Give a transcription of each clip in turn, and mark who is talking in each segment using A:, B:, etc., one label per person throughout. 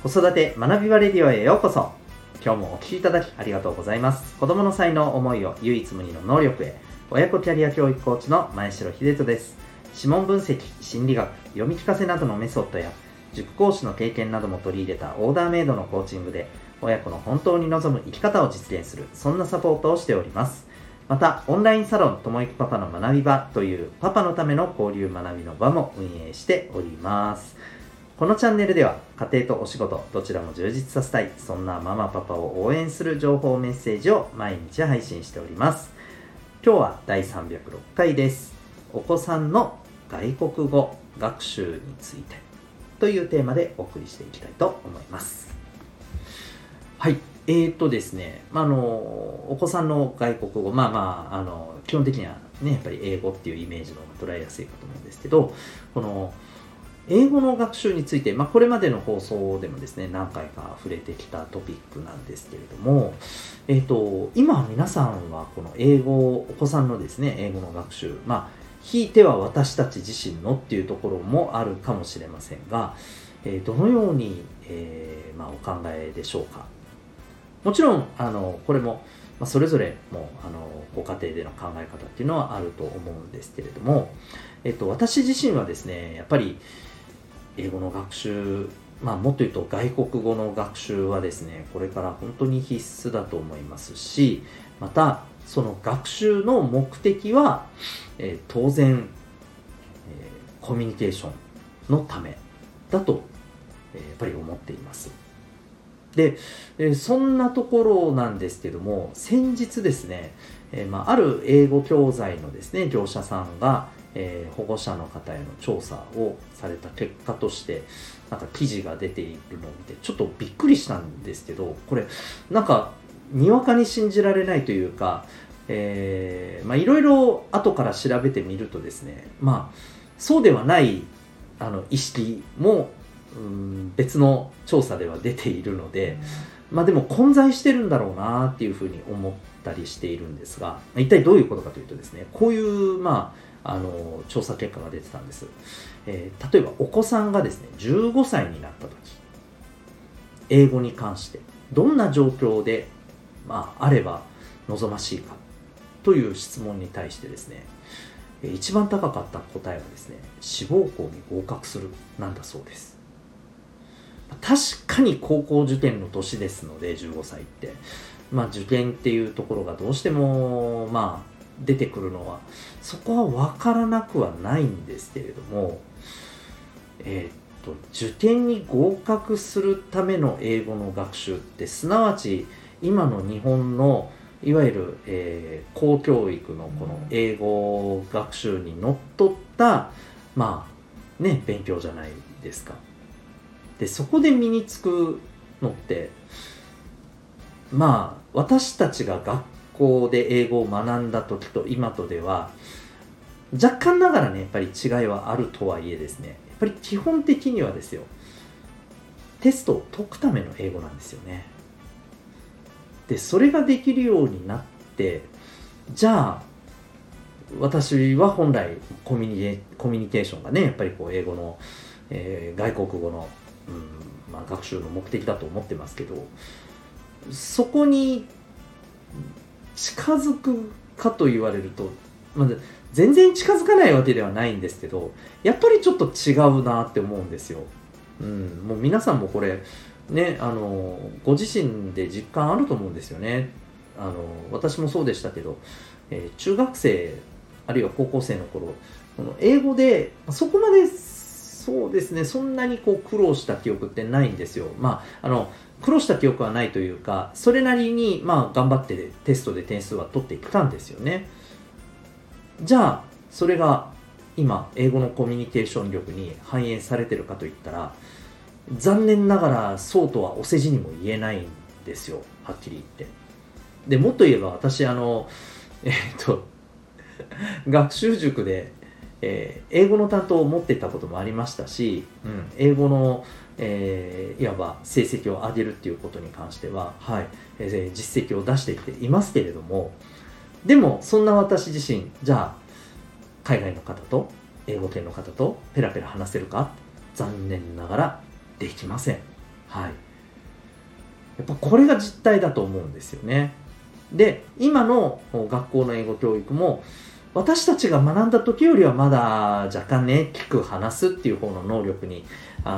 A: 子育て学び場レディオへようこそ。今日もお聞きいただきありがとうございます。子供の才能、思いを唯一無二の能力へ、親子キャリア教育コーチの前城秀人です。指紋分析、心理学、読み聞かせなどのメソッドや塾講師の経験なども取り入れたオーダーメイドのコーチングで、親子の本当に望む生き方を実現する、そんなサポートをしております。また、オンラインサロンともいくパパの学び場というパパのための交流学びの場も運営しております。このチャンネルでは家庭とお仕事どちらも充実させたい、そんなママパパを応援する情報メッセージを毎日配信しております。今日は第306回です。お子さんの外国語学習についてというテーマでお送りしていきたいと思います。はい、ですね、お子さんの外国語、基本的にはね、やっぱり英語っていうイメージの方が捉えやすいかと思うんですけど、この英語の学習について、これまでの放送でもですね、何回か触れてきたトピックなんですけれども、今皆さんはこの英語、お子さんのですね、英語の学習、ひいては私たち自身のっていうところもあるかもしれませんが、どのように、お考えでしょうか。もちろんこれも、それぞれもご家庭での考え方っていうのはあると思うんですけれども、私自身はですね、やっぱり英語の学習、もっと言うと外国語の学習はですね、これから本当に必須だと思いますし、またその学習の目的は、当然、コミュニケーションのためだと、やっぱり思っています。で、そんなところなんですけども、先日ですね、ある英語教材のですね、業者さんが、保護者の方への調査をされた結果として記事が出ているのを見てちょっとびっくりしたんですけど、これにわかに信じられないというか、いろいろ後から調べてみるとですね、そうではない意識も別の調査では出ているので、でも混在してるんだろうなっていうふうに思ったりしているんですが、一体どういうことかというとですね、こういう調査結果が出てたんです。例えばお子さんがですね15歳になった時、英語に関してどんな状況で、あれば望ましいかという質問に対してですね、一番高かった答えはですね、志望校に合格するなんだそうです。確かに高校受験の年ですので、15歳って、受験っていうところがどうしても出てくるのは、そこは分からなくはないんですけれども、受験に合格するための英語の学習って、すなわち今の日本のいわゆる、公教育のこの英語学習にのっとった勉強じゃないですか。でそこで身につくのって私たちが学校で英語を学んだ時と今とでは若干ながらね、やっぱり違いはあるとはいえですね、やっぱり基本的にはですよ、テストを解くための英語なんですよね。でそれができるようになって、じゃあ私は本来コミュニケーションがね、やっぱり英語の、外国語の、学習の目的だと思ってますけど、そこに近づくかと言われると、全然近づかないわけではないんですけど、やっぱりちょっと違うなって思うんですよ。もう皆さんもこれね、ご自身で実感あると思うんですよね。私もそうでしたけど、中学生あるいは高校生の頃、この英語でそこまでそうですね、そんなに苦労した記憶ってないんですよ。苦労した記憶はないというか、それなりに頑張ってテストで点数は取っていったんですよね。じゃあそれが今英語のコミュニケーション力に反映されてるかといったら、残念ながらそうとはお世辞にも言えないんですよ、はっきり言って。でもっと言えば私学習塾で、英語の担当を持っていたこともありましたし、英語の、いわば成績を上げるっていうことに関しては、実績を出してきていますけれども、でもそんな私自身、じゃあ海外の方と英語圏の方とペラペラ話せるか、残念ながらできません。 はい。やっぱこれが実態だと思うんですよね。で、今の学校の英語教育も、私たちが学んだ時よりはまだ若干ね、聞く、話すっていう方の能力に、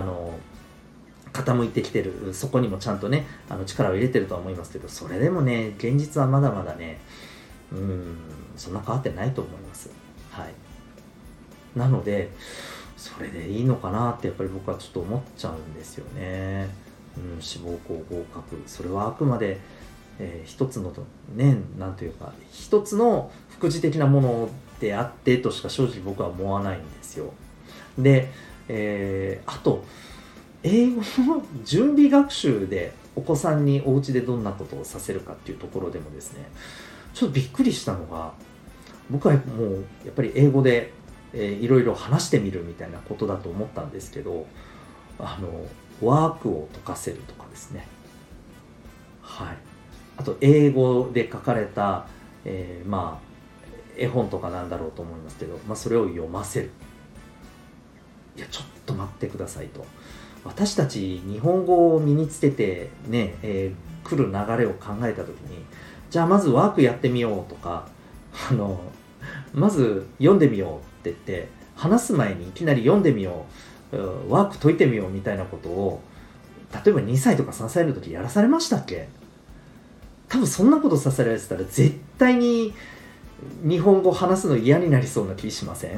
A: 傾いてきてる、そこにもちゃんとね、力を入れてるとは思いますけど、それでもね、現実はまだまだね、そんな変わってないと思います。はい。なので、それでいいのかなってやっぱり僕はちょっと思っちゃうんですよね。志望校合格。それはあくまで、一つのね、なんというか、一つの副次的なものであってとしか正直僕は思わないんですよ。で、あと、英語の準備学習でお子さんにお家でどんなことをさせるかっていうところでもですね、ちょっとびっくりしたのが、僕はもうやっぱり英語で、いろいろ話してみるみたいなことだと思ったんですけど、ワークを解かせるとかですね。はい。あと、英語で書かれた、絵本とかなんだろうと思いますけど、それを読ませる。いや、ちょっと待ってくださいと。私たち日本語を身につけてね、来る流れを考えたときに、じゃあまずワークやってみようとか、まず読んでみようって言って、話す前にいきなり読んでみよう、ワーク解いてみようみたいなことを、例えば2歳とか3歳の時やらされましたっけ？多分そんなことさせられてたら絶対に日本語話すの嫌になりそうな気しません？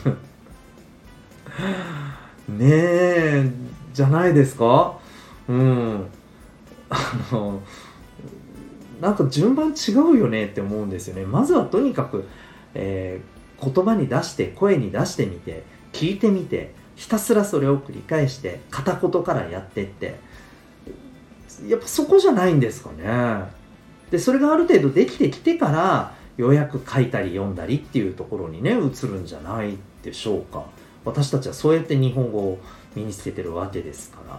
A: ねえ、じゃないですか？うん。あの、なんか順番違うよねって思うんですよね。まずはとにかく、言葉に出して、声に出してみて、聞いてみて、ひたすらそれを繰り返して、片言からやってって、やっぱそこじゃないんですかね。で、それがある程度できてきてから、ようやく書いたり読んだりっていうところにね、移るんじゃないでしょうか。私たちはそうやって日本語を身につけてるわけですから。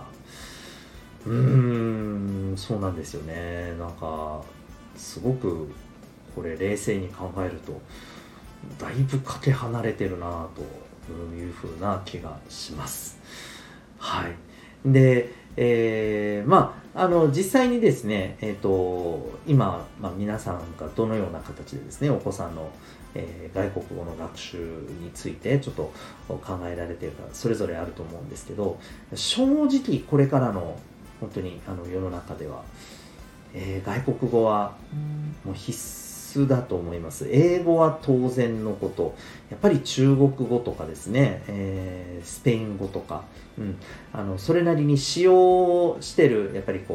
A: そうなんですよね。なんか、すごくこれ冷静に考えると、だいぶかけ離れてるなというふうな気がします。はい。で、実際にですね、今、皆さんがどのような形でですね、お子さんの、外国語の学習についてちょっと考えられているか、それぞれあると思うんですけど、正直これからの本当に世の中では、外国語はもう必須だと思います。英語は当然のこと。やっぱり中国語とかですね、スペイン語とか、それなりに使用してる、やっぱり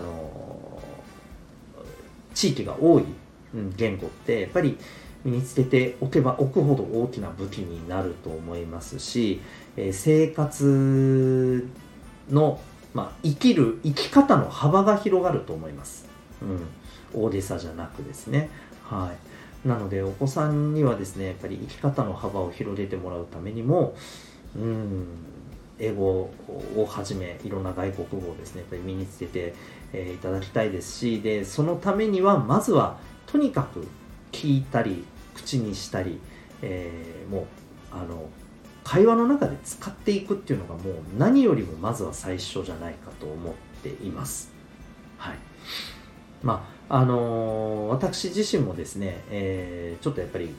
A: 地域が多い、言語って、やっぱり身につけておけばおくほど大きな武器になると思いますし、生活の、生き方の幅が広がると思います。大げさじゃなくですね。はい。なので、お子さんにはですね、やっぱり生き方の幅を広げてもらうためにも、英語をはじめ、いろんな外国語をですね、やっぱり身につけて、いただきたいですし、で、そのためには、まずは、とにかく聞いたり、口にしたり、もう、会話の中で使っていくっていうのがもう何よりもまずは最初じゃないかと思っています。はい。私自身もですね、ちょっとやっぱり、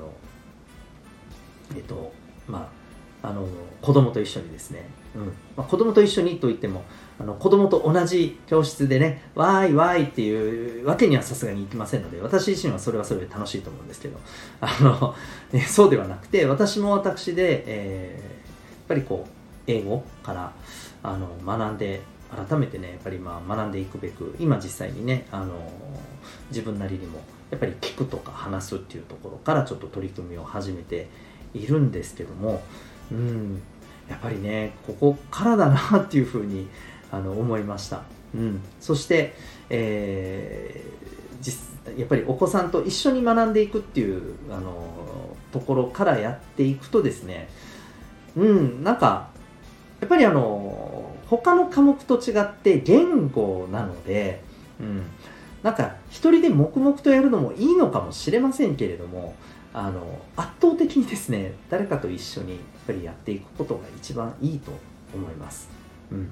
A: 子供と一緒にですね、子供と一緒にといっても、子供と同じ教室でね、わーいわーいっていうわけにはさすがにいきませんので、私自身はそれはそれで楽しいと思うんですけど、そうではなくて、私も私で、やっぱり英語から学んで、改めてね、やっぱり学んでいくべく、今実際にね、自分なりにも、やっぱり聞くとか話すっていうところからちょっと取り組みを始めているんですけども、やっぱりね、ここからだなっていうふうに思いました。そして、やっぱりお子さんと一緒に学んでいくっていうところからやっていくとですね、なんかやっぱり他の科目と違って言語なので、なんか一人で黙々とやるのもいいのかもしれませんけれども、圧倒的にですね、誰かと一緒にやっぱりやっていくことが一番いいと思います。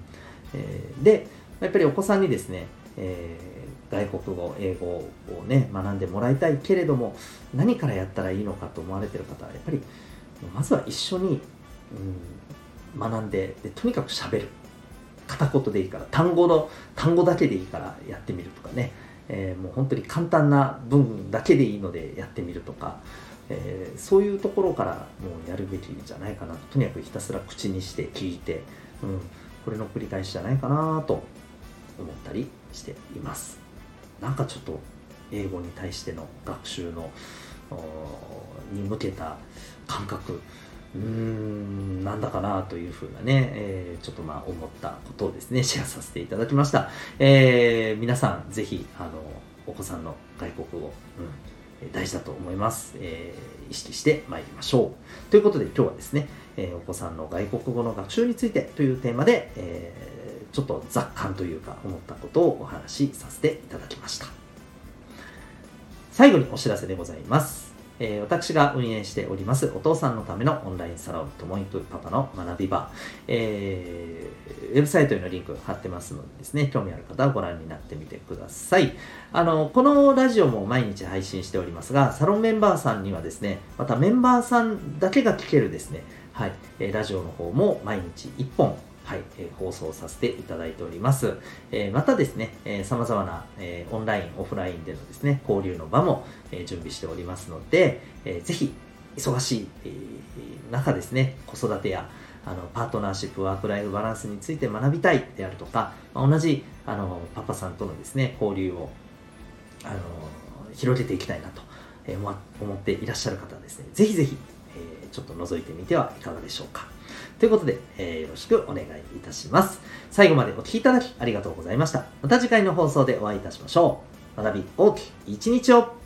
A: で、やっぱりお子さんにですね、外国語、英語をね、学んでもらいたいけれども、何からやったらいいのかと思われている方は、やっぱり、まずは一緒に、学んで、とにかく喋る。片言でいいから、単語だけでいいからやってみるとかね、もう本当に簡単な文だけでいいのでやってみるとか、そういうところからもうやるべきじゃないかなと。とにかくひたすら口にして聞いて、これの繰り返しじゃないかなと思ったりしています。なんかちょっと英語に対しての学習のに向けた感覚なんだかなというふうなね、ちょっと思ったことをですね、シェアさせていただきました。皆さん、ぜひ、お子さんの外国語、大事だと思います。意識してまいりましょう。ということで、今日はですね、お子さんの外国語の学習についてというテーマで、ちょっと雑感というか、思ったことをお話しさせていただきました。最後にお知らせでございます。私が運営しておりますお父さんのためのオンラインサロンともいくパパの学び場、ウェブサイトへのリンク貼ってますのでですね、興味ある方はご覧になってみてください。このラジオも毎日配信しておりますが、サロンメンバーさんにはですね、またメンバーさんだけが聞けるですね、ラジオの方も毎日1本放送させていただいております。またですね、様々な、オンライン、オフラインでのですね、交流の場も、準備しておりますので、ぜひ、忙しい、中ですね、子育てや、パートナーシップ、ワークライフバランスについて学びたいであるとか、同じ、パパさんとのですね、交流を、広げていきたいなと、思っていらっしゃる方はですね、ぜひぜひ、ちょっと覗いてみてはいかがでしょうか。ということで、よろしくお願いいたします。最後までお聞きいただきありがとうございました。また次回の放送でお会いいたしましょう。学び大きい一日を。